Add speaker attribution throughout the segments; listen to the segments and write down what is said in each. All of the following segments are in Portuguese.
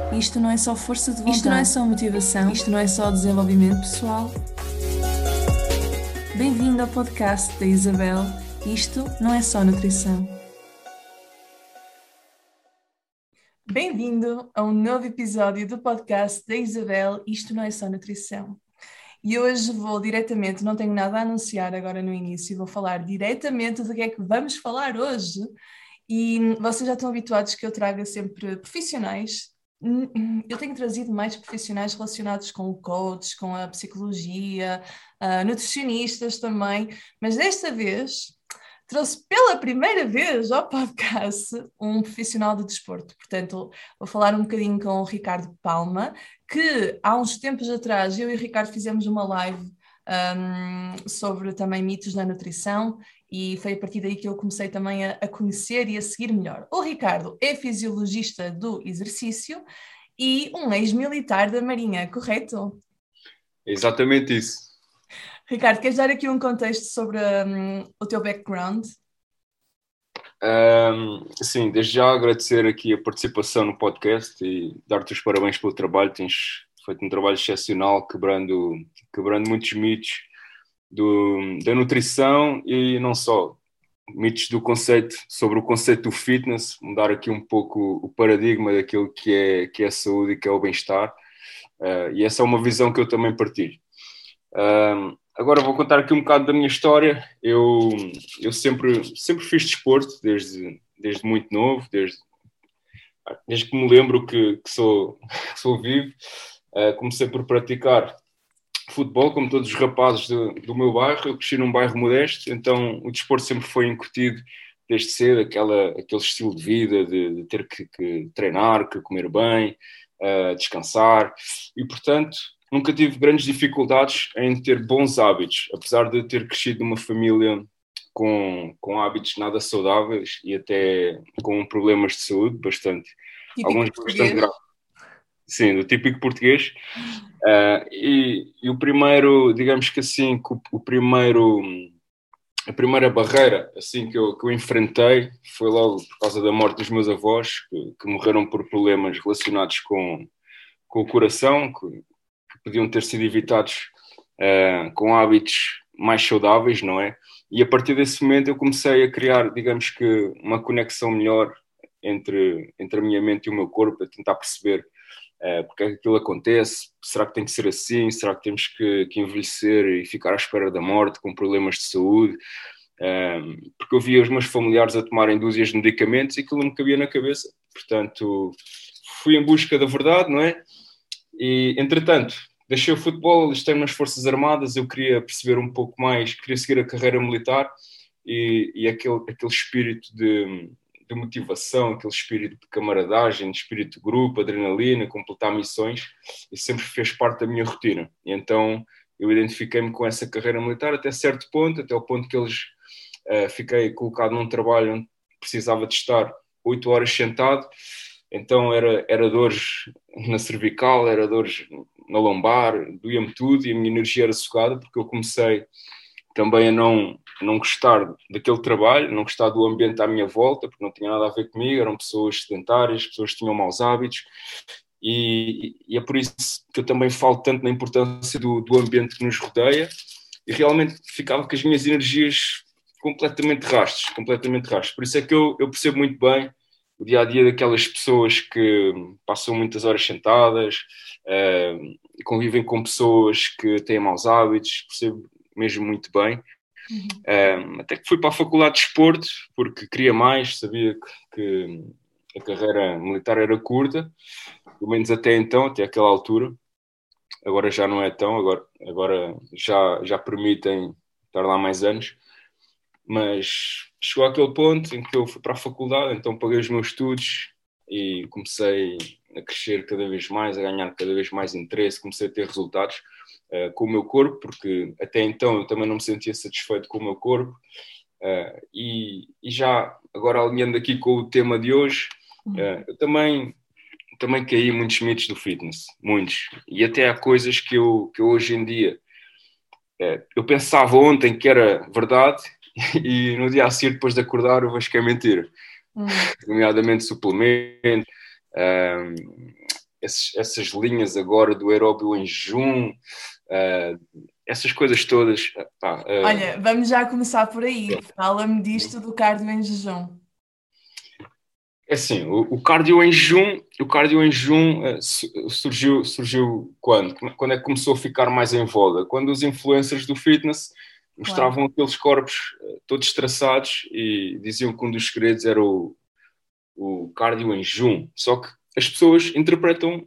Speaker 1: Isto não é só força de vontade. Isto não é só motivação. Isto não é só desenvolvimento pessoal. Bem-vindo ao podcast da Isabel. Isto não é só nutrição. Bem-vindo a um novo episódio do podcast da Isabel. Isto não é só nutrição. E hoje vou diretamente, não tenho nada a anunciar agora no início, vou falar diretamente do que é que vamos falar hoje. E vocês já estão habituados que eu traga sempre profissionais. Eu tenho trazido mais profissionais relacionados com o coach, com a psicologia, nutricionistas também, mas desta vez trouxe pela primeira vez ao podcast um profissional do desporto. Portanto, vou falar um bocadinho com o Ricardo Palma, que há uns tempos atrás eu e o Ricardo fizemos uma live sobre também mitos da nutrição e foi a partir daí que eu comecei também a conhecer e a seguir melhor. O Ricardo é fisiologista do exercício e um ex-militar da Marinha, correto?
Speaker 2: Exatamente isso.
Speaker 1: Ricardo, queres dar aqui um contexto sobre o teu background?
Speaker 2: Sim, desde já agradecer aqui a participação no podcast e dar-te os parabéns pelo trabalho. Tens feito um trabalho excepcional, quebrando muitos mitos da nutrição e não só. Mitos do conceito, sobre o conceito do fitness, mudar aqui um pouco o paradigma daquilo que é a saúde e que é o bem-estar. E essa é uma visão que eu também partilho. Agora vou contar aqui um bocado da minha história. Eu sempre fiz desporto, desde muito novo, desde que me lembro que sou vivo. Comecei por praticar futebol, como todos os rapazes do meu bairro. Eu cresci num bairro modesto, então o desporto sempre foi incutido desde cedo, aquele estilo de vida, de ter que treinar, que comer bem, descansar, e portanto nunca tive grandes dificuldades em ter bons hábitos, apesar de ter crescido numa família com hábitos nada saudáveis e até com problemas de saúde alguns bastante graves. Sim, do típico português. E o primeiro, digamos que assim, a primeira barreira assim, que eu enfrentei foi logo por causa da morte dos meus avós, que morreram por problemas relacionados com o coração, que podiam ter sido evitados com hábitos mais saudáveis, não é? E a partir desse momento eu comecei a criar, digamos que, uma conexão melhor entre a minha mente e o meu corpo, a tentar perceber porque é que aquilo acontece, será que tem que ser assim, será que temos que envelhecer e ficar à espera da morte com problemas de saúde, porque eu via os meus familiares a tomarem dúzias de medicamentos e aquilo não me cabia na cabeça, portanto fui em busca da verdade, não é? E entretanto deixei o futebol, alistei nas Forças Armadas, eu queria perceber um pouco mais, queria seguir a carreira militar e aquele espírito de motivação, aquele espírito de camaradagem, de espírito de grupo, adrenalina, completar missões, e sempre fez parte da minha rotina. E então eu identifiquei-me com essa carreira militar até certo ponto, até o ponto que fiquei colocado num trabalho onde precisava de estar 8 horas sentado, então era dores na cervical, era dores na lombar, doía-me tudo e a minha energia era sugada, porque eu comecei também a não gostar daquele trabalho, não gostar do ambiente à minha volta, porque não tinha nada a ver comigo, eram pessoas sedentárias, pessoas que tinham maus hábitos, e é por isso que eu também falo tanto na importância do ambiente que nos rodeia, e realmente ficava com as minhas energias completamente rastas. Por isso é que eu percebo muito bem o dia-a-dia daquelas pessoas que passam muitas horas sentadas, convivem com pessoas que têm maus hábitos, percebo mesmo muito bem. Até que fui para a faculdade de desporto, porque queria mais, sabia que a carreira militar era curta, pelo menos até então, até aquela altura. Agora já não é tão, agora já permitem estar lá mais anos. Mas chegou àquele ponto em que eu fui para a faculdade, então paguei os meus estudos e comecei a crescer cada vez mais, a ganhar cada vez mais interesse, comecei a ter resultados com o meu corpo, porque até então eu também não me sentia satisfeito com o meu corpo. E já, agora alinhando aqui com o tema de hoje, eu também caí em muitos mitos do fitness, muitos. E até há coisas que eu hoje em dia, eu pensava ontem que era verdade, e no dia a seguir, depois de acordar, eu vejo que é mentira. Nomeadamente suplemento, essas linhas agora do aeróbio em jejum, essas coisas todas.
Speaker 1: Olha, vamos já começar por aí. Fala-me disto do cardio em jejum.
Speaker 2: É assim, o cardio em jejum surgiu quando? Quando é que começou a ficar mais em voga? Quando os influencers do fitness mostravam aqueles corpos todos traçados e diziam que um dos segredos era o cardio em jejum. Só que as pessoas interpretam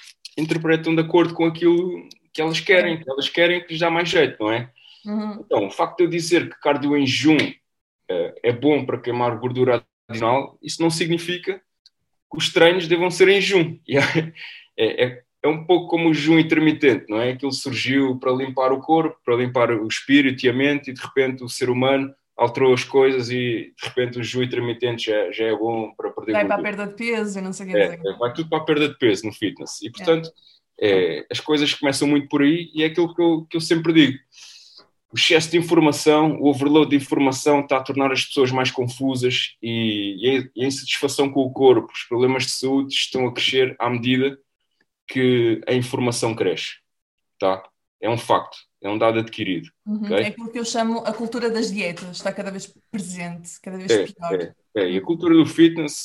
Speaker 2: de acordo com aquilo que elas querem, que lhes dá mais jeito, não é?
Speaker 1: Uhum.
Speaker 2: Então, o facto de eu dizer que cardio em jejum é bom para queimar gordura adicional, isso não significa que os treinos devam ser em jejum. E é um pouco como o jejum intermitente, não é? Aquilo surgiu para limpar o corpo, para limpar o espírito e a mente, e de repente o ser humano alterou as coisas e de repente o jejum intermitente já é bom para perder
Speaker 1: Vai
Speaker 2: gordura.
Speaker 1: para a perda de peso e não sei o que dizer.
Speaker 2: Vai tudo para a perda de peso no fitness. E portanto, as coisas começam muito por aí e é aquilo que eu sempre digo. O excesso de informação, o overload de informação está a tornar as pessoas mais confusas e a insatisfação com o corpo, os problemas de saúde estão a crescer à medida que a informação cresce. Tá? É um facto, é um dado adquirido. Okay?
Speaker 1: É aquilo que eu chamo a cultura das dietas, está cada vez presente, cada vez pior.
Speaker 2: E a cultura do fitness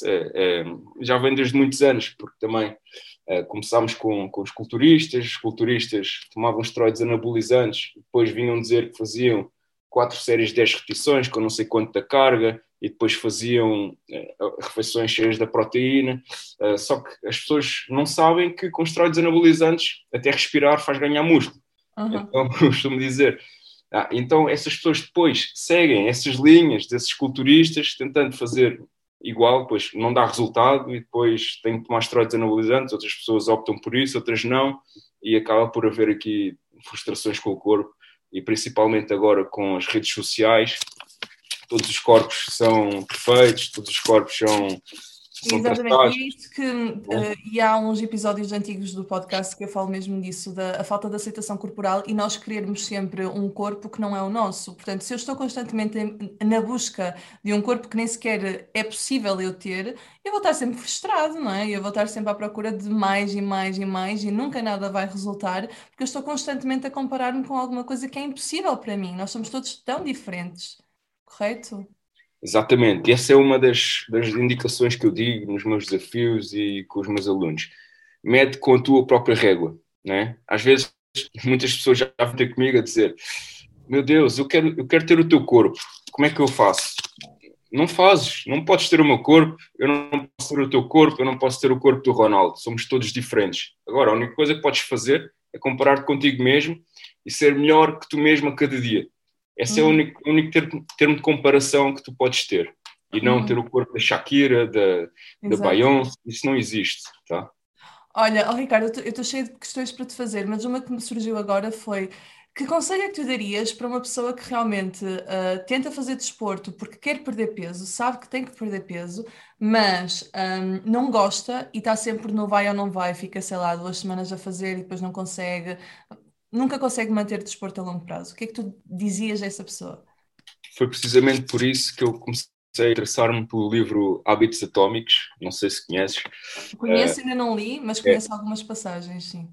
Speaker 2: já vem desde muitos anos, porque também começámos com os culturistas. Os culturistas tomavam esteroides anabolizantes, depois vinham dizer que faziam 4 séries de 10 repetições com não sei quanto da carga, e depois faziam refeições cheias da proteína. Só que as pessoas não sabem que com esteroides anabolizantes até respirar faz ganhar músculo. Então, costumo dizer... então essas pessoas depois seguem essas linhas desses culturistas tentando fazer igual, pois não dá resultado e depois têm que tomar esteroides anabolizantes, outras pessoas optam por isso, outras não, e acaba por haver aqui frustrações com o corpo e principalmente agora com as redes sociais, todos os corpos são perfeitos, todos os corpos são
Speaker 1: Exatamente,
Speaker 2: tratados.
Speaker 1: e é isto que e há uns episódios antigos do podcast que eu falo mesmo disso, da falta de aceitação corporal e nós querermos sempre um corpo que não é o nosso. Portanto, se eu estou constantemente na busca de um corpo que nem sequer é possível eu ter, eu vou estar sempre frustrado, não é? Eu vou estar sempre à procura de mais e mais e mais e nunca nada vai resultar porque eu estou constantemente a comparar-me com alguma coisa que é impossível para mim. Nós somos todos tão diferentes, correto?
Speaker 2: Exatamente, essa é uma das indicações que eu digo nos meus desafios e com os meus alunos. Mede com a tua própria régua, não é? Às vezes, muitas pessoas já vêm ter comigo a dizer: meu Deus, eu quero ter o teu corpo, como é que eu faço? Não fazes, não podes ter o meu corpo, eu não posso ter o teu corpo, eu não posso ter o corpo do Ronaldo, somos todos diferentes. Agora, a única coisa que podes fazer é comparar-te contigo mesmo e ser melhor que tu mesmo a cada dia. Esse é o único termo de comparação que tu podes ter. E não ter o corpo da Shakira, da Beyoncé. Isso não existe, tá?
Speaker 1: Olha, Ricardo, eu estou cheia de questões para te fazer, mas uma que me surgiu agora foi: que conselho é que tu darias para uma pessoa que realmente tenta fazer desporto porque quer perder peso, sabe que tem que perder peso, mas não gosta e está sempre no vai ou não vai, fica, sei lá, 2 semanas a fazer e depois não consegue, nunca consegue manter desporto a longo prazo. O que é que tu dizias a essa pessoa?
Speaker 2: Foi precisamente por isso que eu comecei a interessar-me pelo livro Hábitos Atómicos, não sei se conheces.
Speaker 1: Conheço, ainda não li, mas conheço algumas passagens, sim.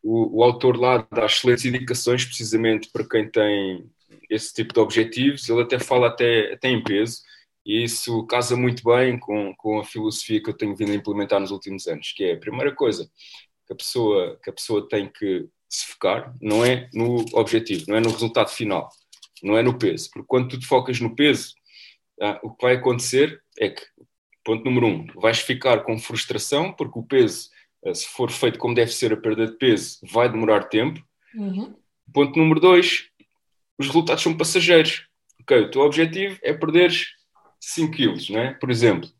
Speaker 2: O autor lá dá excelentes indicações precisamente para quem tem esse tipo de objetivos. Ele até fala até em peso, e isso casa muito bem com a filosofia que eu tenho vindo a implementar nos últimos anos, que é a primeira coisa que a pessoa tem que se focar, não é no objetivo, não é no resultado final, não é no peso, porque quando tu te focas no peso, o que vai acontecer é que, ponto número 1, vais ficar com frustração, porque o peso, se for feito como deve ser a perda de peso, vai demorar tempo. Ponto número 2, os resultados são passageiros. Okay, o teu objetivo é perderes 5 quilos, não é? Por exemplo,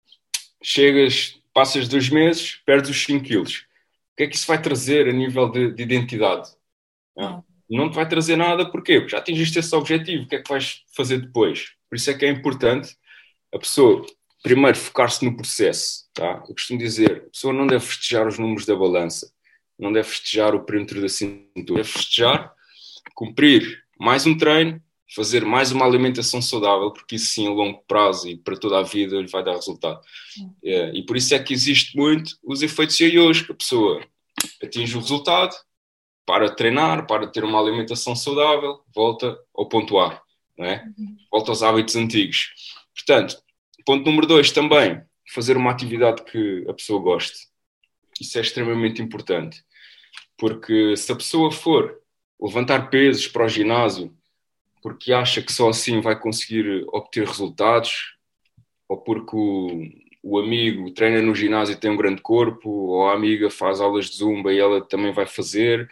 Speaker 2: passas 2 meses, perdes os 5 quilos. O que é que isso vai trazer a nível de identidade? Não te vai trazer nada, porquê? Porque já atingiste esse objetivo, o que é que vais fazer depois? Por isso é que é importante a pessoa primeiro focar-se no processo, tá? Eu costumo dizer, a pessoa não deve festejar os números da balança, não deve festejar o perímetro da cintura, deve festejar, cumprir mais um treino fazer mais uma alimentação saudável, porque isso sim a longo prazo e para toda a vida lhe vai dar resultado. E por isso é que existe muito os efeitos ioiôs, que a pessoa atinge o resultado, para de treinar, para de ter uma alimentação saudável, volta ao ponto A, não é? Volta aos hábitos antigos. Portanto, ponto número 2 também, fazer uma atividade que a pessoa goste. Isso é extremamente importante, porque se a pessoa for levantar pesos para o ginásio porque acha que só assim vai conseguir obter resultados, ou porque o amigo treina no ginásio e tem um grande corpo, ou a amiga faz aulas de zumba e ela também vai fazer,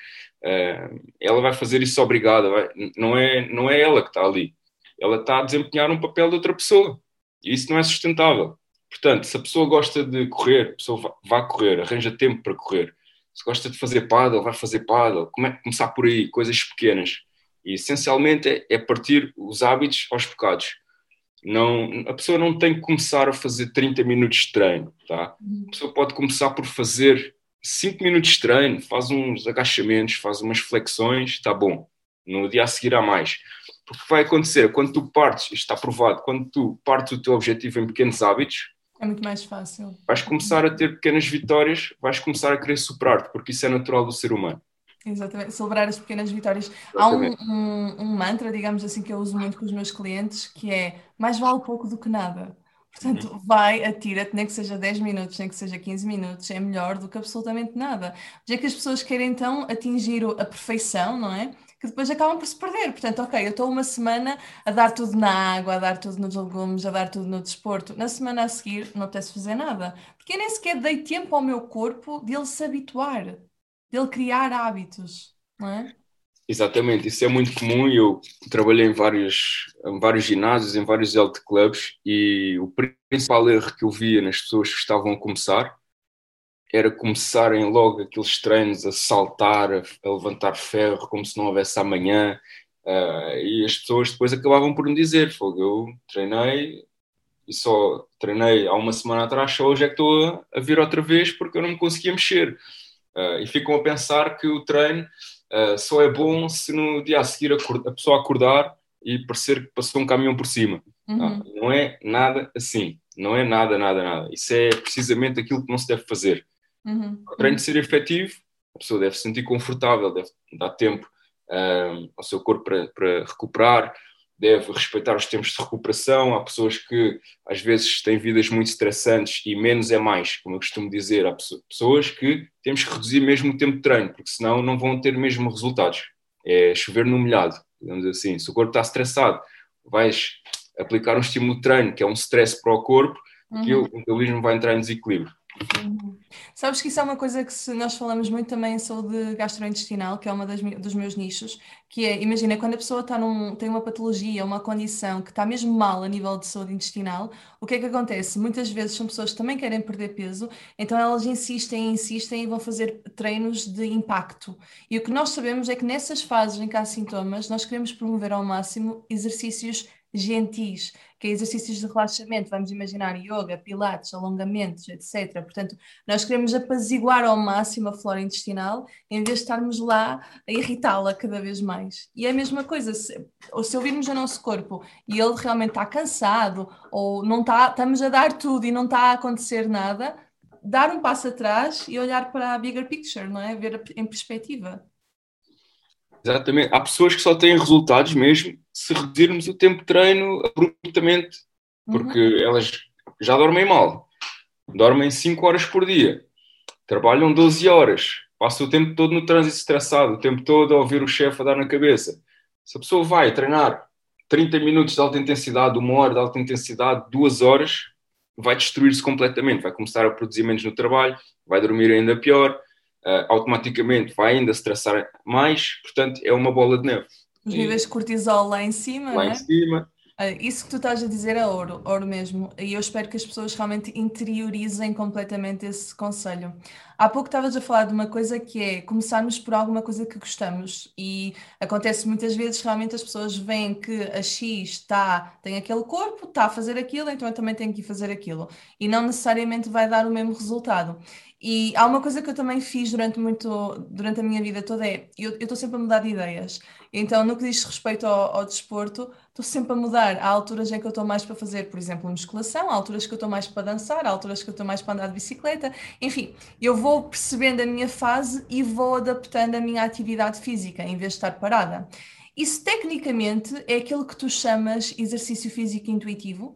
Speaker 2: ela vai fazer isso obrigada, não é ela que está ali, ela está a desempenhar um papel de outra pessoa, e isso não é sustentável. Portanto, se a pessoa gosta de correr, a pessoa vai correr, arranja tempo para correr. Se gosta de fazer pádel, vai fazer pádel. Começar por aí, coisas pequenas. E essencialmente é partir os hábitos aos bocados. Não, a pessoa não tem que começar a fazer 30 minutos de treino, tá? A pessoa pode começar por fazer 5 minutos de treino, faz uns agachamentos, faz umas flexões, está bom. No dia a seguir há mais. Porque o que vai acontecer? Quando tu partes, isto está provado, quando tu partes o teu objetivo em pequenos hábitos,
Speaker 1: é muito mais fácil.
Speaker 2: Vais começar a ter pequenas vitórias, vais começar a querer superar-te, porque isso é natural do ser humano.
Speaker 1: Exatamente, celebrar as pequenas vitórias.
Speaker 2: Exatamente.
Speaker 1: Há um mantra, digamos assim, que eu uso muito com os meus clientes, que é mais vale pouco do que nada. Portanto, vai, atira-te, nem que seja 10 minutos, nem que seja 15 minutos, é melhor do que absolutamente nada. Já que as pessoas querem então atingir a perfeição, não é? Que depois acabam por se perder. Portanto, ok, eu estou uma semana a dar tudo na água, a dar tudo nos legumes, a dar tudo no desporto. Na semana a seguir não apetece fazer nada. Porque eu nem sequer dei tempo ao meu corpo de ele se habituar, dele criar hábitos, não é?
Speaker 2: Exatamente, isso é muito comum e eu trabalhei em vários ginásios, em vários health clubs e o principal erro que eu via nas pessoas que estavam a começar era começarem logo aqueles treinos a saltar, a levantar ferro como se não houvesse amanhã, e as pessoas depois acabavam por me dizer, fogo, eu treinei e só treinei há uma semana atrás, só hoje é que estou a vir outra vez porque eu não me conseguia mexer. E ficam a pensar que o treino só é bom se no dia a seguir a pessoa acordar e parecer que passou um caminhão por cima. Não é nada assim. Não é nada, nada, nada. Isso é precisamente aquilo que não se deve fazer. O treino de ser efetivo, a pessoa deve se sentir confortável, deve dar tempo ao seu corpo para recuperar, deve respeitar os tempos de recuperação. Há pessoas que às vezes têm vidas muito estressantes e menos é mais, como eu costumo dizer. Há pessoas que temos que reduzir mesmo o tempo de treino, porque senão não vão ter mesmo resultados. É chover no molhado, digamos assim. Se o corpo está estressado, vais aplicar um estímulo de treino, que é um stress para o corpo, porque o metabolismo vai entrar em desequilíbrio.
Speaker 1: Sabes que isso é uma coisa que nós falamos muito também em saúde gastrointestinal, que é uma dos meus nichos, que é, imagina, quando a pessoa tem uma patologia, uma condição que está mesmo mal a nível de saúde intestinal, o que é que acontece? Muitas vezes são pessoas que também querem perder peso, então elas insistem e vão fazer treinos de impacto. E o que nós sabemos é que nessas fases em que há sintomas, nós queremos promover ao máximo exercícios gentis, que é exercícios de relaxamento, vamos imaginar yoga, pilates, alongamentos, etc. Portanto, nós queremos apaziguar ao máximo a flora intestinal em vez de estarmos lá a irritá-la cada vez mais. E é a mesma coisa, se ouvirmos o nosso corpo e ele realmente está cansado ou não está, estamos a dar tudo e não está a acontecer nada, dar um passo atrás e olhar para a bigger picture, não é? Ver em perspectiva.
Speaker 2: Exatamente. Há pessoas que só têm resultados mesmo se reduzirmos o tempo de treino abruptamente, porque elas já dormem mal. Dormem 5 horas por dia, trabalham 12 horas, passam o tempo todo no trânsito estressado, o tempo todo a ouvir o chefe a dar na cabeça. Se a pessoa vai treinar 30 minutos de alta intensidade, 1 hora de alta intensidade, 2 horas, vai destruir-se completamente, vai começar a produzir menos no trabalho, vai dormir ainda pior, automaticamente vai ainda estressar mais, portanto é uma bola de neve.
Speaker 1: Os níveis de cortisol lá em cima,
Speaker 2: Lá
Speaker 1: não é?
Speaker 2: em cima.
Speaker 1: Isso que tu estás a dizer é ouro, ouro mesmo. E eu espero que as pessoas realmente interiorizem completamente esse conselho. Há pouco estavas a falar de uma coisa que é começarmos por alguma coisa que gostamos. E acontece muitas vezes, realmente as pessoas veem que a X tem aquele corpo, está a fazer aquilo, então eu também tenho que ir fazer aquilo. E não necessariamente vai dar o mesmo resultado. E há uma coisa que eu também fiz durante a minha vida toda eu estou sempre a mudar de ideias. Então, no que diz respeito ao desporto, estou sempre a mudar. Há alturas em que eu estou mais para fazer, por exemplo, musculação, há alturas que eu estou mais para dançar, há alturas que eu estou mais para andar de bicicleta. Enfim, eu vou percebendo a minha fase e vou adaptando a minha atividade física, em vez de estar parada. Isso, tecnicamente, é aquilo que tu chamas exercício físico intuitivo?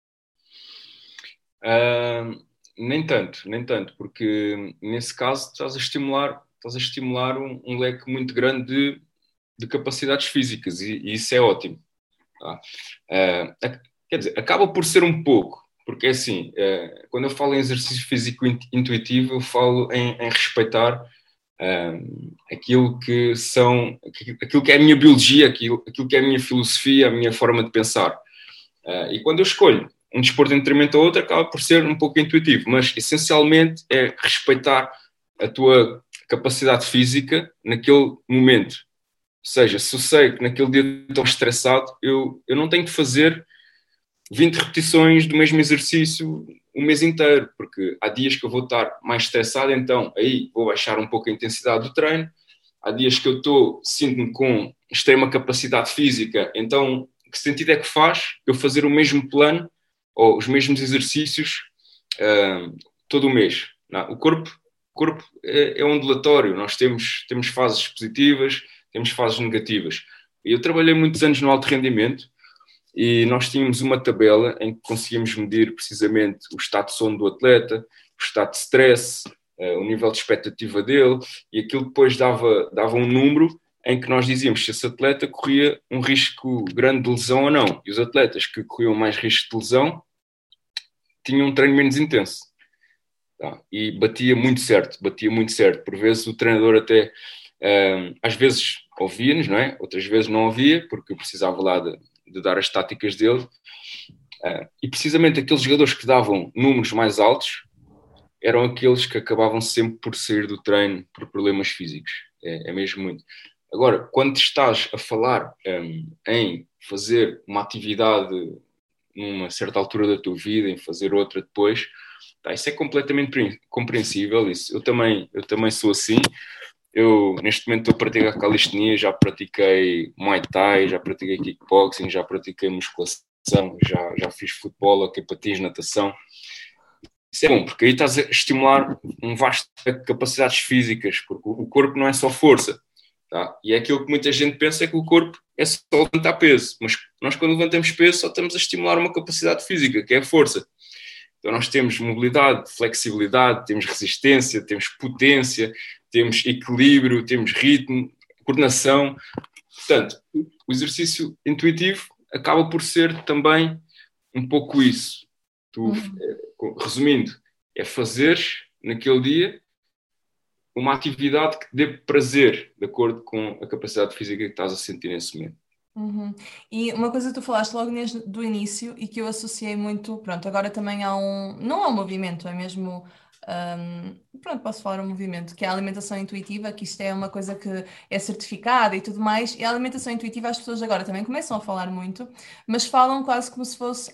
Speaker 2: Nem tanto, porque nesse caso estás a estimular um leque muito grande de capacidades físicas e isso é ótimo. Tá? Quer dizer, acaba por ser um pouco, porque é assim, quando eu falo em exercício físico intuitivo, eu falo em respeitar aquilo que é a minha biologia, aquilo que é a minha filosofia, a minha forma de pensar. E quando eu escolho um desporto em detrimento ao outro, acaba por ser um pouco intuitivo, mas essencialmente é respeitar a tua capacidade física naquele momento. Ou seja, se eu sei que naquele dia estou estressado, eu não tenho de fazer 20 repetições do mesmo exercício o mês inteiro, porque há dias que eu vou estar mais estressado, então aí vou baixar um pouco a intensidade do treino. Há dias que sinto-me com extrema capacidade física, então que sentido é que faz eu fazer o mesmo plano ou os mesmos exercícios todo o mês? Não, o corpo é ondulatório, nós temos fases positivas, temos fases negativas. Eu trabalhei muitos anos no alto rendimento e nós tínhamos uma tabela em que conseguíamos medir precisamente o estado de sono do atleta, o estado de stress, o nível de expectativa dele, e aquilo depois dava um número em que nós dizíamos se esse atleta corria um risco grande de lesão ou não. E os atletas que corriam mais risco de lesão tinham um treino menos intenso. Tá? E batia muito certo. Por vezes o treinador até, às vezes ouvia-nos, não é? Outras vezes não ouvia, porque eu precisava lá de dar as táticas dele. E precisamente aqueles jogadores que davam números mais altos eram aqueles que acabavam sempre por sair do treino por problemas físicos. É mesmo muito. Agora, quando estás a falar em fazer uma atividade numa certa altura da tua vida, em fazer outra depois, isso é completamente compreensível. Isso. Eu também sou assim. Eu, neste momento, estou a praticar calistenia, já pratiquei Muay Thai, já pratiquei kickboxing, já pratiquei musculação, já fiz futebol, hockey patins, natação. Isso é bom, porque aí estás a estimular um vasto de capacidades físicas, porque o corpo não é só força. Tá? E é aquilo que muita gente pensa, é que o corpo é só levantar peso, mas nós quando levantamos peso só estamos a estimular uma capacidade física, que é a força. Então nós temos mobilidade, flexibilidade, temos resistência, temos potência, temos equilíbrio, temos ritmo, coordenação. Portanto, o exercício intuitivo acaba por ser também um pouco isso. Resumindo, é fazeres naquele dia uma atividade que dê prazer, de acordo com a capacidade física que estás a sentir nesse momento.
Speaker 1: Uhum. E uma coisa que tu falaste logo do início e que eu associei muito, pronto, agora também não há um movimento, é mesmo, pronto, posso falar um movimento, que é a alimentação intuitiva, que isto é uma coisa que é certificada e tudo mais, e a alimentação intuitiva as pessoas agora também começam a falar muito, mas falam quase como se fosse,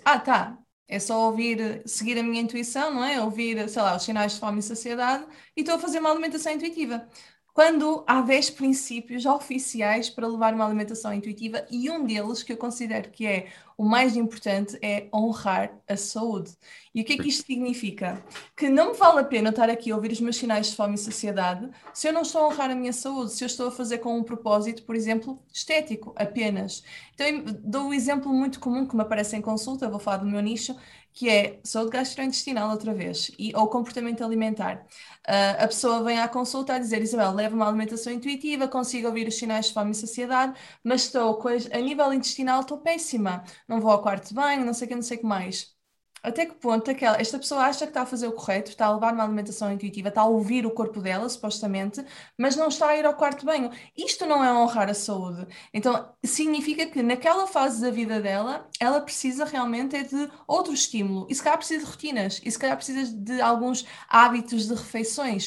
Speaker 1: é só seguir a minha intuição, não é? Ouvir, sei lá, os sinais de fome e saciedade e estou a fazer uma alimentação intuitiva. Quando há 10 princípios oficiais para levar uma alimentação intuitiva e um deles, que eu considero que é o mais importante, é honrar a saúde. E o que é que isto significa? Que não me vale a pena estar aqui a ouvir os meus sinais de fome e saciedade se eu não estou a honrar a minha saúde, se eu estou a fazer com um propósito, por exemplo, estético apenas. Então, eu dou um exemplo muito comum que me aparece em consulta, vou falar do meu nicho, que é saúde gastrointestinal outra vez, ou comportamento alimentar. A pessoa vem à consulta a dizer, Isabel, leva uma alimentação intuitiva, consigo ouvir os sinais de fome e saciedade, mas a nível intestinal estou péssima, não vou ao quarto de banho, não sei o que mais. Até que ponto esta pessoa acha que está a fazer o correto, está a levar uma alimentação intuitiva, está a ouvir o corpo dela, supostamente, mas não está a ir ao quarto de banho. Isto não é honrar a saúde. Então, significa que naquela fase da vida dela, ela precisa realmente de outro estímulo. E se calhar precisa de rotinas, e se calhar precisa de alguns hábitos de refeições.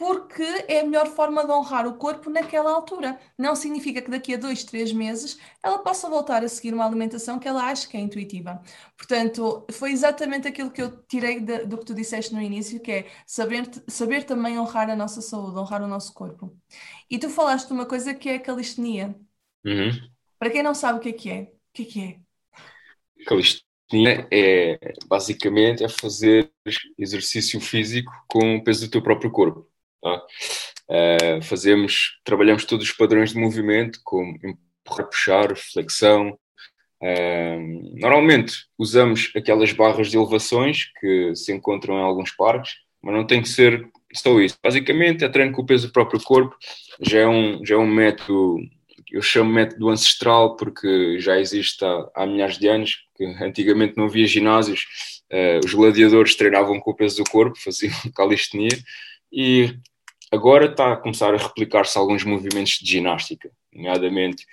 Speaker 1: porque é a melhor forma de honrar o corpo naquela altura. Não significa que daqui a 2, 3 meses ela possa voltar a seguir uma alimentação que ela acha que é intuitiva. Portanto, foi exatamente aquilo que eu tirei do que tu disseste no início, que é saber também honrar a nossa saúde, honrar o nosso corpo. E tu falaste de uma coisa que é a calistenia.
Speaker 2: Uhum.
Speaker 1: Para quem não sabe o que é, o que é?
Speaker 2: Calistenia é basicamente fazer exercício físico com o peso do teu próprio corpo. Tá? Trabalhamos todos os padrões de movimento, como empurrar, puxar, flexão. Normalmente usamos aquelas barras de elevações que se encontram em alguns parques, mas não tem que ser só isso. Basicamente é treino com o peso do próprio corpo, já é um método, eu chamo método ancestral porque já existe há milhares de anos, que antigamente não havia ginásios, os gladiadores treinavam com o peso do corpo, faziam calistenia, e agora está a começar a replicar-se alguns movimentos de ginástica, nomeadamente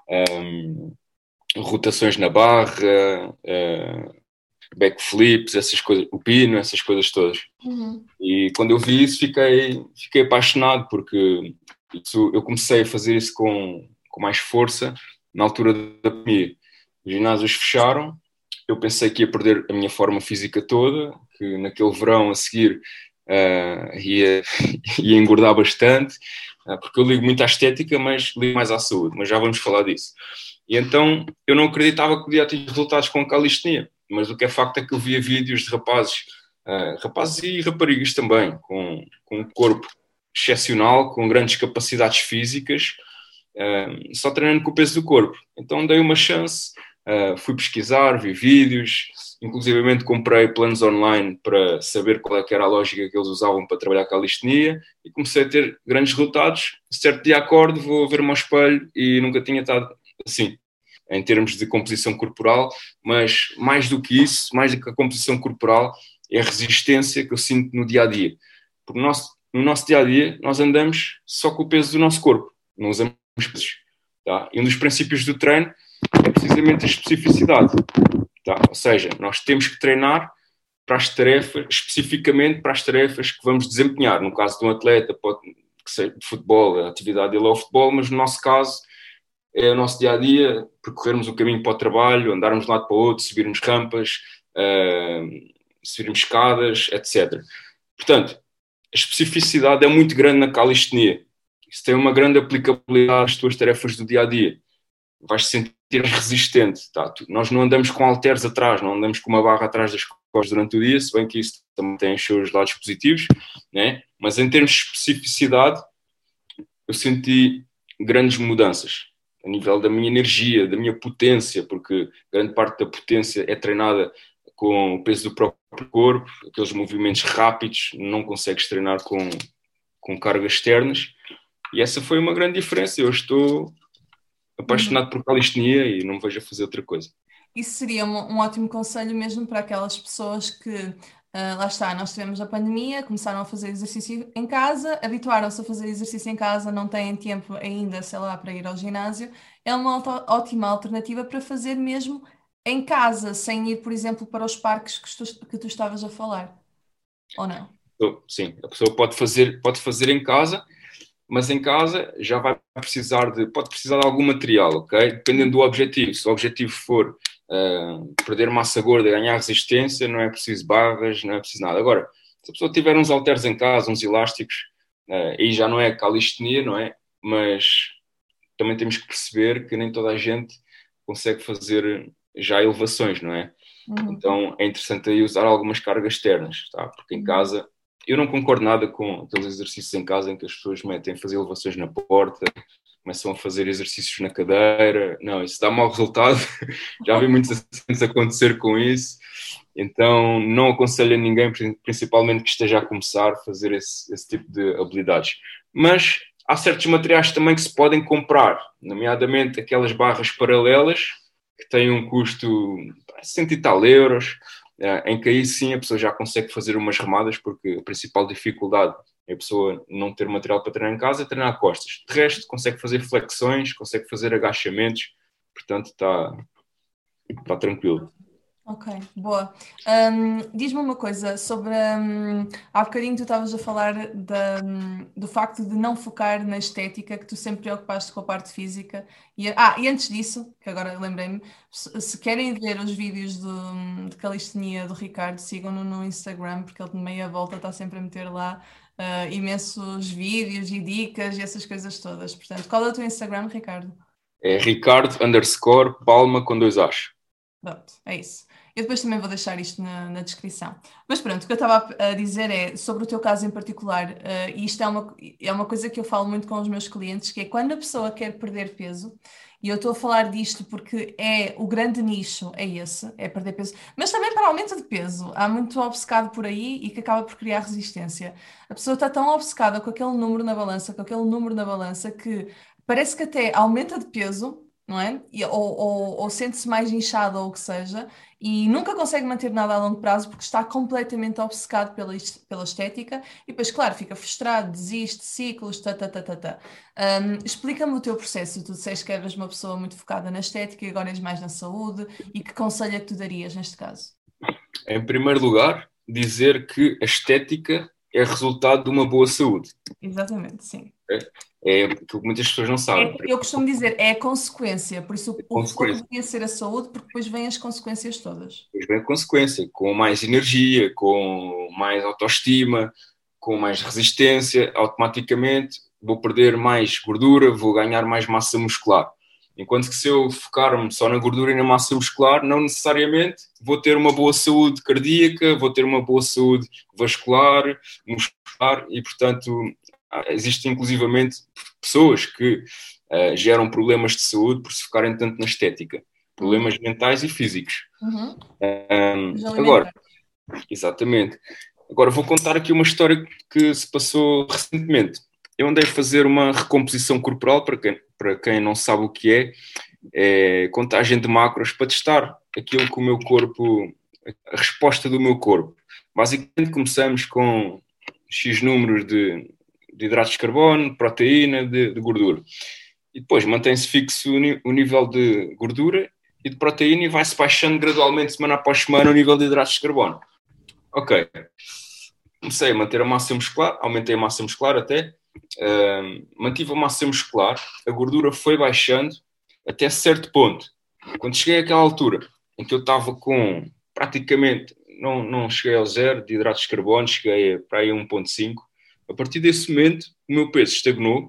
Speaker 2: rotações na barra, backflips, essas coisas, o pino, essas coisas todas.
Speaker 1: Uhum.
Speaker 2: E quando eu vi isso fiquei apaixonado, porque eu comecei a fazer isso com mais força na altura da pandemia. Os ginásios fecharam, eu pensei que ia perder a minha forma física toda, que naquele verão a seguir ia engordar bastante, porque eu ligo muito à estética, mas ligo mais à saúde, mas já vamos falar disso. E então eu não acreditava que podia ter resultados com a calistenia, mas o que é facto é que eu via vídeos de rapazes e raparigas também, com um corpo excepcional, com grandes capacidades físicas, só treinando com o peso do corpo. Então dei uma chance, fui pesquisar, vi vídeos, inclusivamente comprei planos online para saber qual é que era a lógica que eles usavam para trabalhar a calistenia e comecei a ter grandes resultados. Certo dia acordo, vou ver-me ao espelho e nunca tinha estado assim, em termos de composição corporal, mas mais do que isso, mais do que a composição corporal, é a resistência que eu sinto no dia-a-dia. Porque no nosso dia-a-dia, nós andamos só com o peso do nosso corpo, não usamos pesos. Tá? E um dos princípios do treino é precisamente a especificidade. Tá? Ou seja, nós temos que treinar para as tarefas, especificamente para as tarefas que vamos desempenhar. No caso de um atleta, pode ser de futebol, a atividade dele é o futebol, mas no nosso caso, é o nosso dia-a-dia, percorrermos o caminho para o trabalho, andarmos de um lado para o outro, subirmos rampas, subirmos escadas, etc. Portanto, a especificidade é muito grande na calistenia. Isso tem uma grande aplicabilidade às tuas tarefas do dia-a-dia. Vais-te sentir resistente. Tá? Nós não andamos com halteres atrás, não andamos com uma barra atrás das costas durante o dia, se bem que isso também tem os seus lados positivos, né? Mas em termos de especificidade, eu senti grandes mudanças a nível da minha energia, da minha potência, porque grande parte da potência é treinada com o peso do próprio corpo, aqueles movimentos rápidos, não consegues treinar com cargas externas, e essa foi uma grande diferença. Eu estou apaixonado por calistenia e não me vejo a fazer outra coisa.
Speaker 1: Isso seria um ótimo conselho mesmo para aquelas pessoas que, lá está, nós tivemos a pandemia, começaram a fazer exercício em casa, habituaram-se a fazer exercício em casa, não têm tempo ainda, sei lá, para ir ao ginásio. É uma ótima alternativa para fazer mesmo em casa, sem ir, por exemplo, para os parques que tu estavas a falar. Ou não?
Speaker 2: Sim, a pessoa pode fazer em casa, mas em casa já pode precisar de algum material, ok? Dependendo do objetivo. Se o objetivo for perder massa gorda, ganhar resistência, não é preciso barras, não é preciso nada. Agora, se a pessoa tiver uns halteres em casa, uns elásticos, aí já não é calistenia, não é? Mas também temos que perceber que nem toda a gente consegue fazer já elevações, não é?
Speaker 1: Uhum.
Speaker 2: Então é interessante aí usar algumas cargas externas, tá? Porque em casa eu não concordo nada com aqueles exercícios em casa em que as pessoas metem a fazer elevações na porta, começam a fazer exercícios na cadeira. Não, isso dá mau resultado. Já vi muitos acidentes acontecer com isso. Então não aconselho a ninguém, principalmente que esteja a começar, a fazer esse tipo de habilidades. Mas há certos materiais também que se podem comprar, nomeadamente aquelas barras paralelas, que têm um custo de 100 e tal euros, em que aí sim a pessoa já consegue fazer umas remadas, porque a principal dificuldade é a pessoa não ter material para treinar em casa, é treinar costas. De resto, consegue fazer flexões, consegue fazer agachamentos, portanto está tranquilo.
Speaker 1: Ok, boa. Diz-me uma coisa sobre. Há bocadinho tu estavas a falar do facto de não focar na estética, que tu sempre preocupaste com a parte física. E antes disso, que agora lembrei-me, se querem ver os vídeos de calistenia do Ricardo, sigam-no no Instagram, porque ele de meia volta está sempre a meter lá imensos vídeos e dicas e essas coisas todas. Portanto, qual é o teu Instagram, Ricardo?
Speaker 2: É Ricardo_Palma com 2 As.
Speaker 1: Pronto, é isso. Eu depois também vou deixar isto na descrição. Mas pronto, o que eu estava a dizer é sobre o teu caso em particular, e isto é uma coisa que eu falo muito com os meus clientes, que é quando a pessoa quer perder peso, e eu estou a falar disto porque é o grande nicho, é esse, é perder peso, mas também para aumento de peso. Há muito obcecado por aí e que acaba por criar resistência. A pessoa está tão obcecada com aquele número na balança, que parece que até aumenta de peso, não é? Ou sente-se mais inchado ou o que seja, e nunca consegue manter nada a longo prazo porque está completamente obcecado pela estética e depois, claro, fica frustrado, desiste, ciclos, tá, tá, tá, tá, tá. Explica-me o teu processo. Tu disseste que eras uma pessoa muito focada na estética e agora és mais na saúde, e que conselho é que tu darias neste caso?
Speaker 2: Em primeiro lugar, dizer que a estética é resultado de uma boa saúde.
Speaker 1: Exatamente, sim.
Speaker 2: É aquilo que muitas pessoas não sabem.
Speaker 1: Eu costumo dizer, é a consequência, por isso o foco
Speaker 2: Consequência.
Speaker 1: devia ser a saúde, porque depois vêm as consequências todas.
Speaker 2: Depois vem a consequência, com mais energia, com mais autoestima, com mais resistência, automaticamente vou perder mais gordura, vou ganhar mais massa muscular. Enquanto que se eu focar-me só na gordura e na massa muscular, não necessariamente vou ter uma boa saúde cardíaca, vou ter uma boa saúde vascular, muscular e, portanto, existem inclusivamente pessoas que geram problemas de saúde por se focarem tanto na estética.
Speaker 1: Uhum,
Speaker 2: Problemas mentais e físicos.
Speaker 1: uhum. Os
Speaker 2: Agora,
Speaker 1: alimentares.
Speaker 2: exatamente. Agora vou contar aqui uma história que se passou recentemente. Eu andei a fazer uma recomposição corporal, para quem não sabe o que é contagem de macros para testar aquilo que o meu corpo, a resposta do meu corpo. Basicamente começamos com X números de hidratos de carbono, proteína, de gordura. E depois mantém-se fixo o nível de gordura e de proteína e vai-se baixando gradualmente, semana após semana, o nível de hidratos de carbono. Ok. Comecei a manter a massa muscular, aumentei a massa muscular até, mantive a massa muscular, a gordura foi baixando até certo ponto. Quando cheguei àquela altura em que eu estava com praticamente, não cheguei ao zero de hidratos de carbono, cheguei para aí a 1,5. A partir desse momento, o meu peso estagnou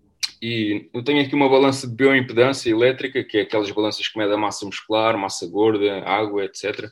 Speaker 2: e eu tenho aqui uma balança de bioimpedância elétrica, que é aquelas balanças que medem a massa muscular, massa gorda, água, etc.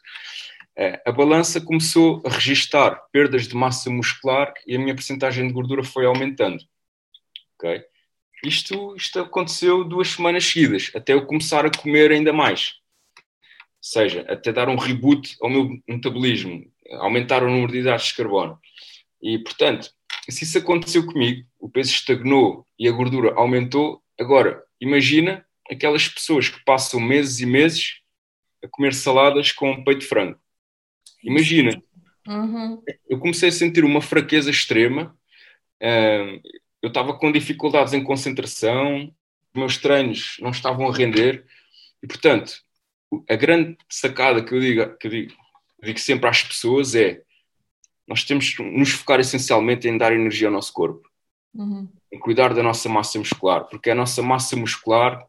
Speaker 2: A balança começou a registar perdas de massa muscular e a minha percentagem de gordura foi aumentando. Okay? Isto aconteceu 2 semanas seguidas, até eu começar a comer ainda mais. Ou seja, até dar um reboot ao meu metabolismo, aumentar o número de hidratos de carbono. E, portanto, se isso aconteceu comigo, o peso estagnou e a gordura aumentou, agora, imagina aquelas pessoas que passam meses e meses a comer saladas com peito de frango.
Speaker 1: Isso.
Speaker 2: Imagina,
Speaker 1: Uhum.
Speaker 2: eu comecei a sentir uma fraqueza extrema, eu estava com dificuldades em concentração, os meus treinos não estavam a render, e, portanto, a grande sacada que eu digo sempre às pessoas é: nós temos que nos focar essencialmente em dar energia ao nosso corpo,
Speaker 1: Uhum.
Speaker 2: em cuidar da nossa massa muscular, porque é a nossa massa muscular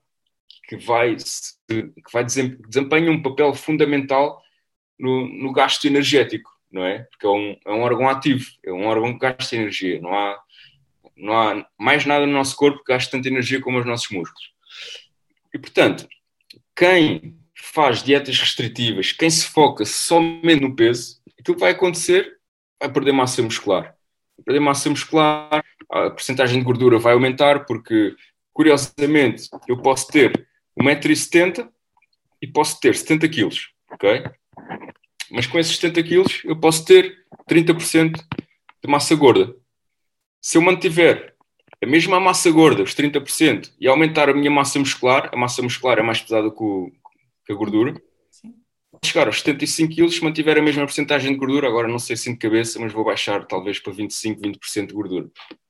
Speaker 2: que vai desempenha um papel fundamental no gasto energético, não é? Porque é um órgão ativo, é um órgão que gasta energia, não há mais nada no nosso corpo que gaste tanta energia como os nossos músculos. E, portanto, quem faz dietas restritivas, quem se foca somente no peso, aquilo que vai acontecer vai perder massa muscular. Vai perder massa muscular, a percentagem de gordura vai aumentar, porque, curiosamente, eu posso ter 1,70 m e posso ter 70 kg, ok? Mas com esses 70 kg eu posso ter 30% de massa gorda. Se eu mantiver a mesma massa gorda, os 30%, e aumentar a minha massa muscular, a massa muscular é mais pesada que a gordura,
Speaker 1: Sim.
Speaker 2: chegar aos 75 kg, se mantiver a mesma porcentagem de gordura, agora não sei se de cabeça, mas vou baixar talvez para 25, 20% de gordura.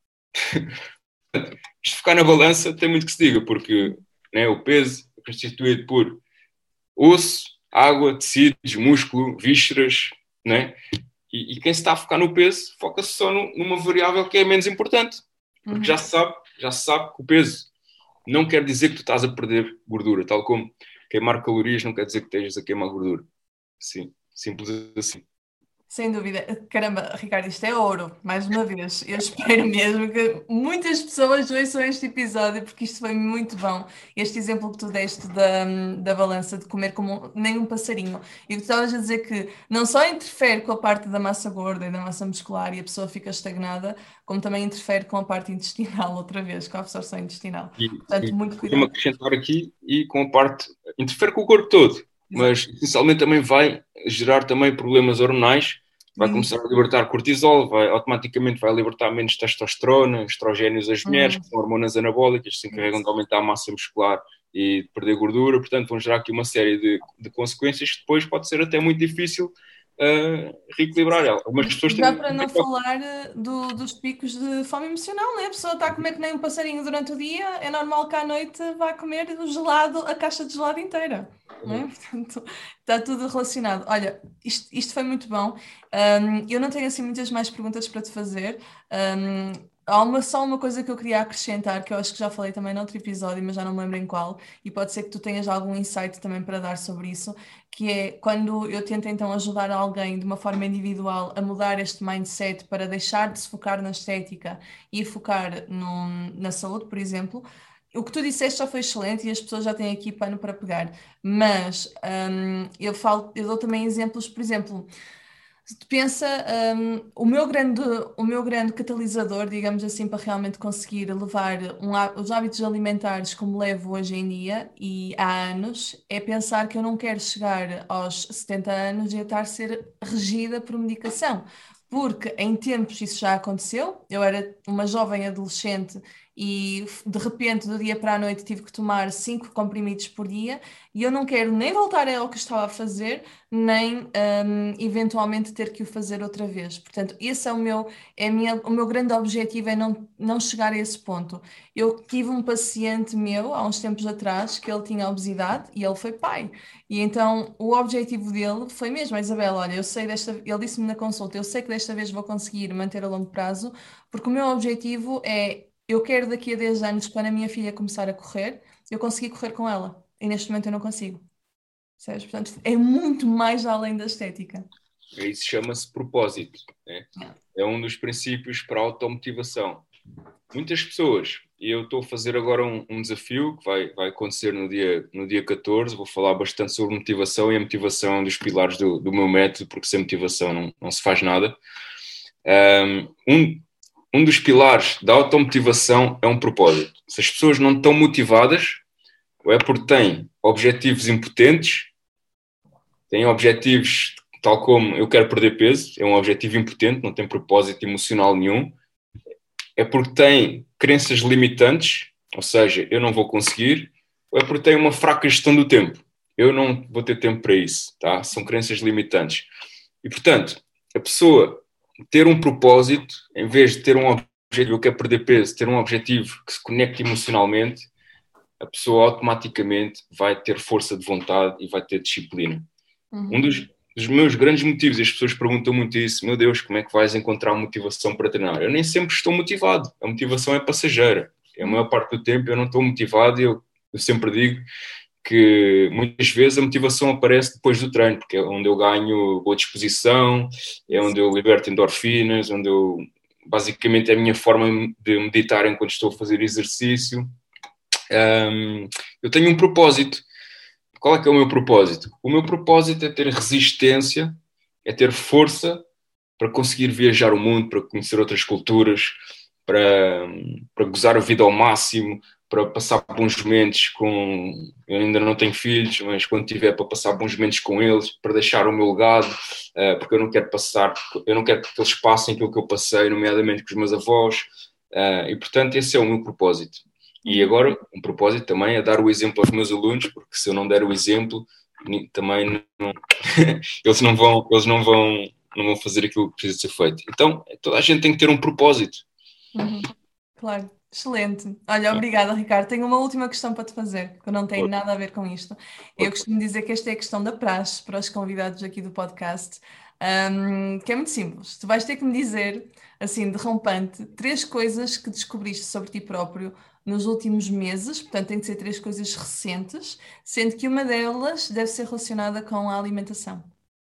Speaker 2: Isto ficar na balança tem muito que se diga, porque, né, o peso é constituído por osso, água, tecidos, músculo, vísceras, né? E quem se está a focar no peso, foca-se só numa variável que é menos importante. Porque já se sabe que o peso não quer dizer que tu estás a perder gordura, tal como queimar calorias não quer dizer que estejas a queimar gordura. Sim, simples assim.
Speaker 1: Sem dúvida. Caramba, Ricardo, isto é ouro, mais uma vez. Eu espero mesmo que muitas pessoas ouçam este episódio, porque isto foi muito bom. Este exemplo que tu deste da balança, de comer como nem um passarinho. E que tu estavas a dizer que não só interfere com a parte da massa gorda e da massa muscular e a pessoa fica estagnada, como também interfere com a parte intestinal, outra vez, com a absorção intestinal. Portanto, muito
Speaker 2: Vou-me
Speaker 1: cuidado.
Speaker 2: acrescentar aqui e com a parte... Interfere com o corpo todo, mas essencialmente também vai gerar também problemas hormonais. Vai começar a libertar cortisol, automaticamente vai libertar menos testosterona, estrogénios às mulheres, que são hormonas anabólicas, que se encarregam de aumentar a massa muscular e de perder gordura. Portanto, vão gerar aqui uma série de consequências que depois pode ser até muito difícil reequilibrar ela. Algumas pessoas
Speaker 1: Já para não falar dos picos de fome emocional, né? A pessoa está a comer que nem um passarinho durante o dia, é normal que à noite vá comer o gelado, a caixa de gelado inteira. Não é? Portanto, está tudo relacionado. Olha, isto foi muito bom. Eu não tenho assim muitas mais perguntas para te fazer. Há só uma coisa que eu queria acrescentar, que eu acho que já falei também noutro episódio, mas já não me lembro em qual, e pode ser que tu tenhas algum insight também para dar sobre isso, que é quando eu tento então ajudar alguém de uma forma individual a mudar este mindset para deixar de se focar na estética e focar na saúde, por exemplo. O que tu disseste já foi excelente e as pessoas já têm aqui pano para pegar, mas eu dou também exemplos, por exemplo, se tu pensa, o meu grande catalisador, digamos assim, para realmente conseguir levar os hábitos alimentares como levo hoje em dia e há anos, é pensar que eu não quero chegar aos 70 anos e estar a ser regida por medicação. Porque em tempos isso já aconteceu, eu era uma jovem adolescente e de repente, do dia para a noite, tive que tomar 5 comprimidos por dia e eu não quero nem voltar ao que estava a fazer, nem eventualmente ter que o fazer outra vez. Portanto, esse é o meu grande objetivo é não chegar a esse ponto. Eu tive um paciente meu, há uns tempos atrás, que ele tinha obesidade e ele foi pai. E então o objetivo dele foi mesmo, Isabel, olha, ele disse-me na consulta, eu sei que desta vez vou conseguir manter a longo prazo, porque o meu objetivo é, eu quero daqui a 10 anos, quando a minha filha começar a correr, eu conseguir correr com ela. E neste momento eu não consigo. Sabes? Portanto, é muito mais além da estética.
Speaker 2: Isso chama-se propósito. Né? É um dos princípios para a automotivação. Muitas pessoas, e eu estou a fazer agora um desafio que vai acontecer no dia 14, vou falar bastante sobre motivação, e a motivação é um dos pilares do meu método, porque sem motivação não se faz nada. Um dos pilares da automotivação é um propósito. Se as pessoas não estão motivadas, ou é porque têm objetivos impotentes, têm objetivos tal como eu quero perder peso, é um objetivo impotente, não tem propósito emocional nenhum, é porque têm crenças limitantes, ou seja, eu não vou conseguir, ou é porque têm uma fraca gestão do tempo, eu não vou ter tempo para isso, tá? São crenças limitantes. E, portanto, a pessoa ter um propósito, em vez de ter um objetivo, eu quero perder peso, ter um objetivo que se conecte emocionalmente, a pessoa automaticamente vai ter força de vontade e vai ter disciplina. Um dos meus grandes motivos, e as pessoas perguntam muito isso, meu Deus, como é que vais encontrar motivação para treinar? Eu nem sempre estou motivado, a motivação é passageira. A maior parte do tempo eu não estou motivado e eu sempre digo que muitas vezes a motivação aparece depois do treino, porque é onde eu ganho boa disposição, é onde eu liberto endorfinas, onde eu, basicamente é a minha forma de meditar enquanto estou a fazer exercício. Eu tenho um propósito. Qual é que é o meu propósito? O meu propósito é ter resistência, é ter força para conseguir viajar o mundo, para conhecer outras culturas, para gozar a vida ao máximo, para passar bons momentos com... Eu ainda não tenho filhos, mas quando tiver, para passar bons momentos com eles, para deixar o meu legado, porque eu não quero que eles passem aquilo que eu passei, nomeadamente com os meus avós, e portanto esse é o meu propósito. E agora, um propósito também é dar o exemplo aos meus alunos, porque se eu não der o exemplo, também não, eles não vão fazer aquilo que precisa ser feito. Então, toda a gente tem que ter um propósito.
Speaker 1: Claro. Excelente. Olha, obrigada, Ricardo. Tenho uma última questão para te fazer, que não tem nada a ver com isto. Eu costumo dizer que esta é a questão da praxe para os convidados aqui do podcast, que é muito simples. Tu vais ter que me dizer, assim, de rompante, 3 coisas que descobriste sobre ti próprio nos últimos meses, portanto, tem de ser 3 coisas recentes, sendo que uma delas deve ser relacionada com a alimentação.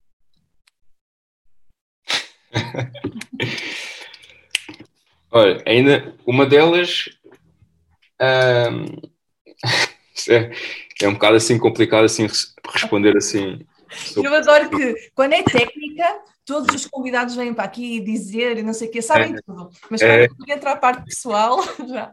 Speaker 2: Olha, ainda uma delas ahm, é um bocado assim complicado assim responder assim.
Speaker 1: Eu adoro que, quando é técnica, todos os convidados vêm para aqui dizer e não sei o quê, sabem tudo. Mas quando entra a parte pessoal, já...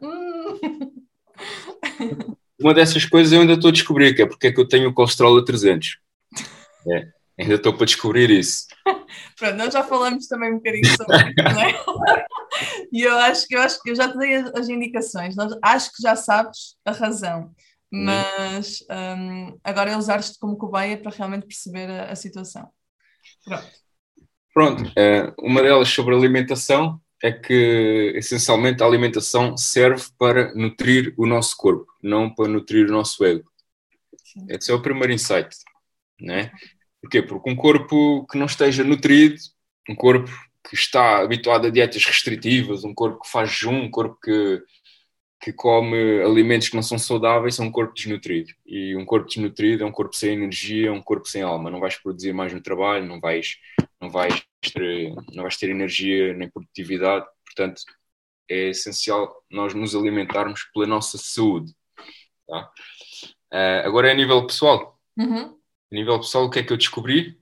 Speaker 2: Uma dessas coisas eu ainda estou a descobrir, que é porque é que eu tenho o colesterol a 300. Ainda estou para descobrir isso.
Speaker 1: Pronto, nós já falamos também um bocadinho sobre isso, não é? E eu acho que eu já te dei as indicações. Acho que já sabes a razão. Mas agora é usar-te como cobaia para realmente perceber a situação.
Speaker 2: Pronto. Uma delas sobre alimentação é que, essencialmente, a alimentação serve para nutrir o nosso corpo, não para nutrir o nosso ego. Sim. Esse é o primeiro insight, não é? Porquê? Porque um corpo que não esteja nutrido, um corpo que está habituado a dietas restritivas, um corpo que faz jejum, um corpo que come alimentos que não são saudáveis, é um corpo desnutrido. E um corpo desnutrido é um corpo sem energia, um corpo sem alma. Não vais produzir mais no trabalho, não vais ter energia nem produtividade. Portanto, é essencial nós nos alimentarmos pela nossa saúde. Tá? Agora é a nível pessoal.
Speaker 1: Uhum.
Speaker 2: A nível pessoal, o que é que eu descobri?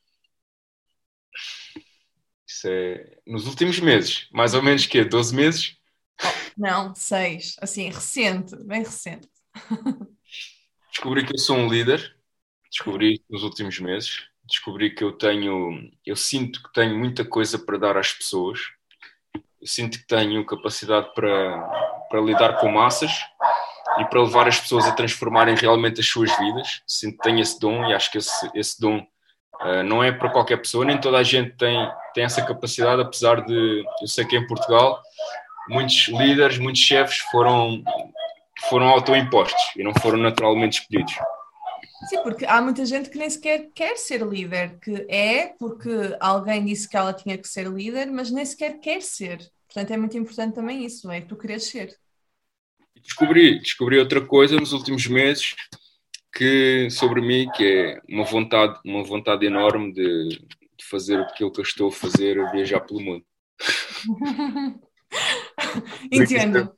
Speaker 2: Isso é nos últimos meses. Mais ou menos, 12 meses?
Speaker 1: Não, 6. Assim, recente, bem recente.
Speaker 2: Descobri que eu sou um líder. Descobri nos últimos meses. Descobri que eu sinto que tenho muita coisa para dar às pessoas. Eu sinto que tenho capacidade para lidar com massas e para levar as pessoas a transformarem realmente as suas vidas. Sinto que tenho esse dom e acho que esse dom não é para qualquer pessoa, nem toda a gente tem essa capacidade, apesar de, eu sei que em Portugal, muitos líderes, muitos chefes foram autoimpostos e não foram naturalmente escolhidos.
Speaker 1: Sim, porque há muita gente que nem sequer quer ser líder, que é porque alguém disse que ela tinha que ser líder, mas nem sequer quer ser. Portanto, é muito importante também isso, é que tu queres ser.
Speaker 2: Descobri outra coisa nos últimos meses sobre mim, que é uma vontade enorme de fazer aquilo que eu estou a fazer, viajar pelo mundo.
Speaker 1: Entendo.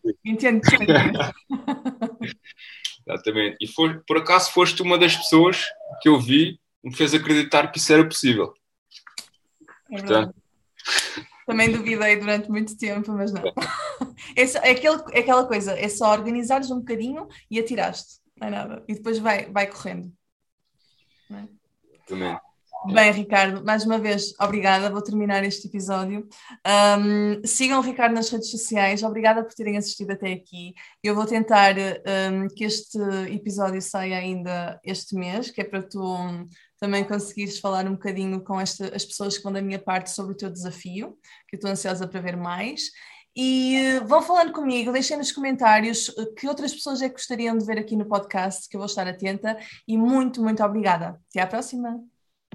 Speaker 2: Exatamente. E por acaso foste uma das pessoas que eu vi que me fez acreditar que isso era possível.
Speaker 1: Portanto... Também duvidei durante muito tempo, mas não. É aquela coisa, é só organizares um bocadinho e atiraste, não é nada. E depois vai correndo. Não é?
Speaker 2: Também.
Speaker 1: Bem, Ricardo, mais uma vez, obrigada. Vou terminar este episódio. Sigam o Ricardo nas redes sociais. Obrigada por terem assistido até aqui. Eu vou tentar que este episódio saia ainda este mês, que é para tu também conseguires falar um bocadinho com as pessoas que vão da minha parte sobre o teu desafio, que eu estou ansiosa para ver mais. E vão falando comigo, deixem nos comentários que outras pessoas é que gostariam de ver aqui no podcast, que eu vou estar atenta. E muito, muito obrigada. Até à próxima!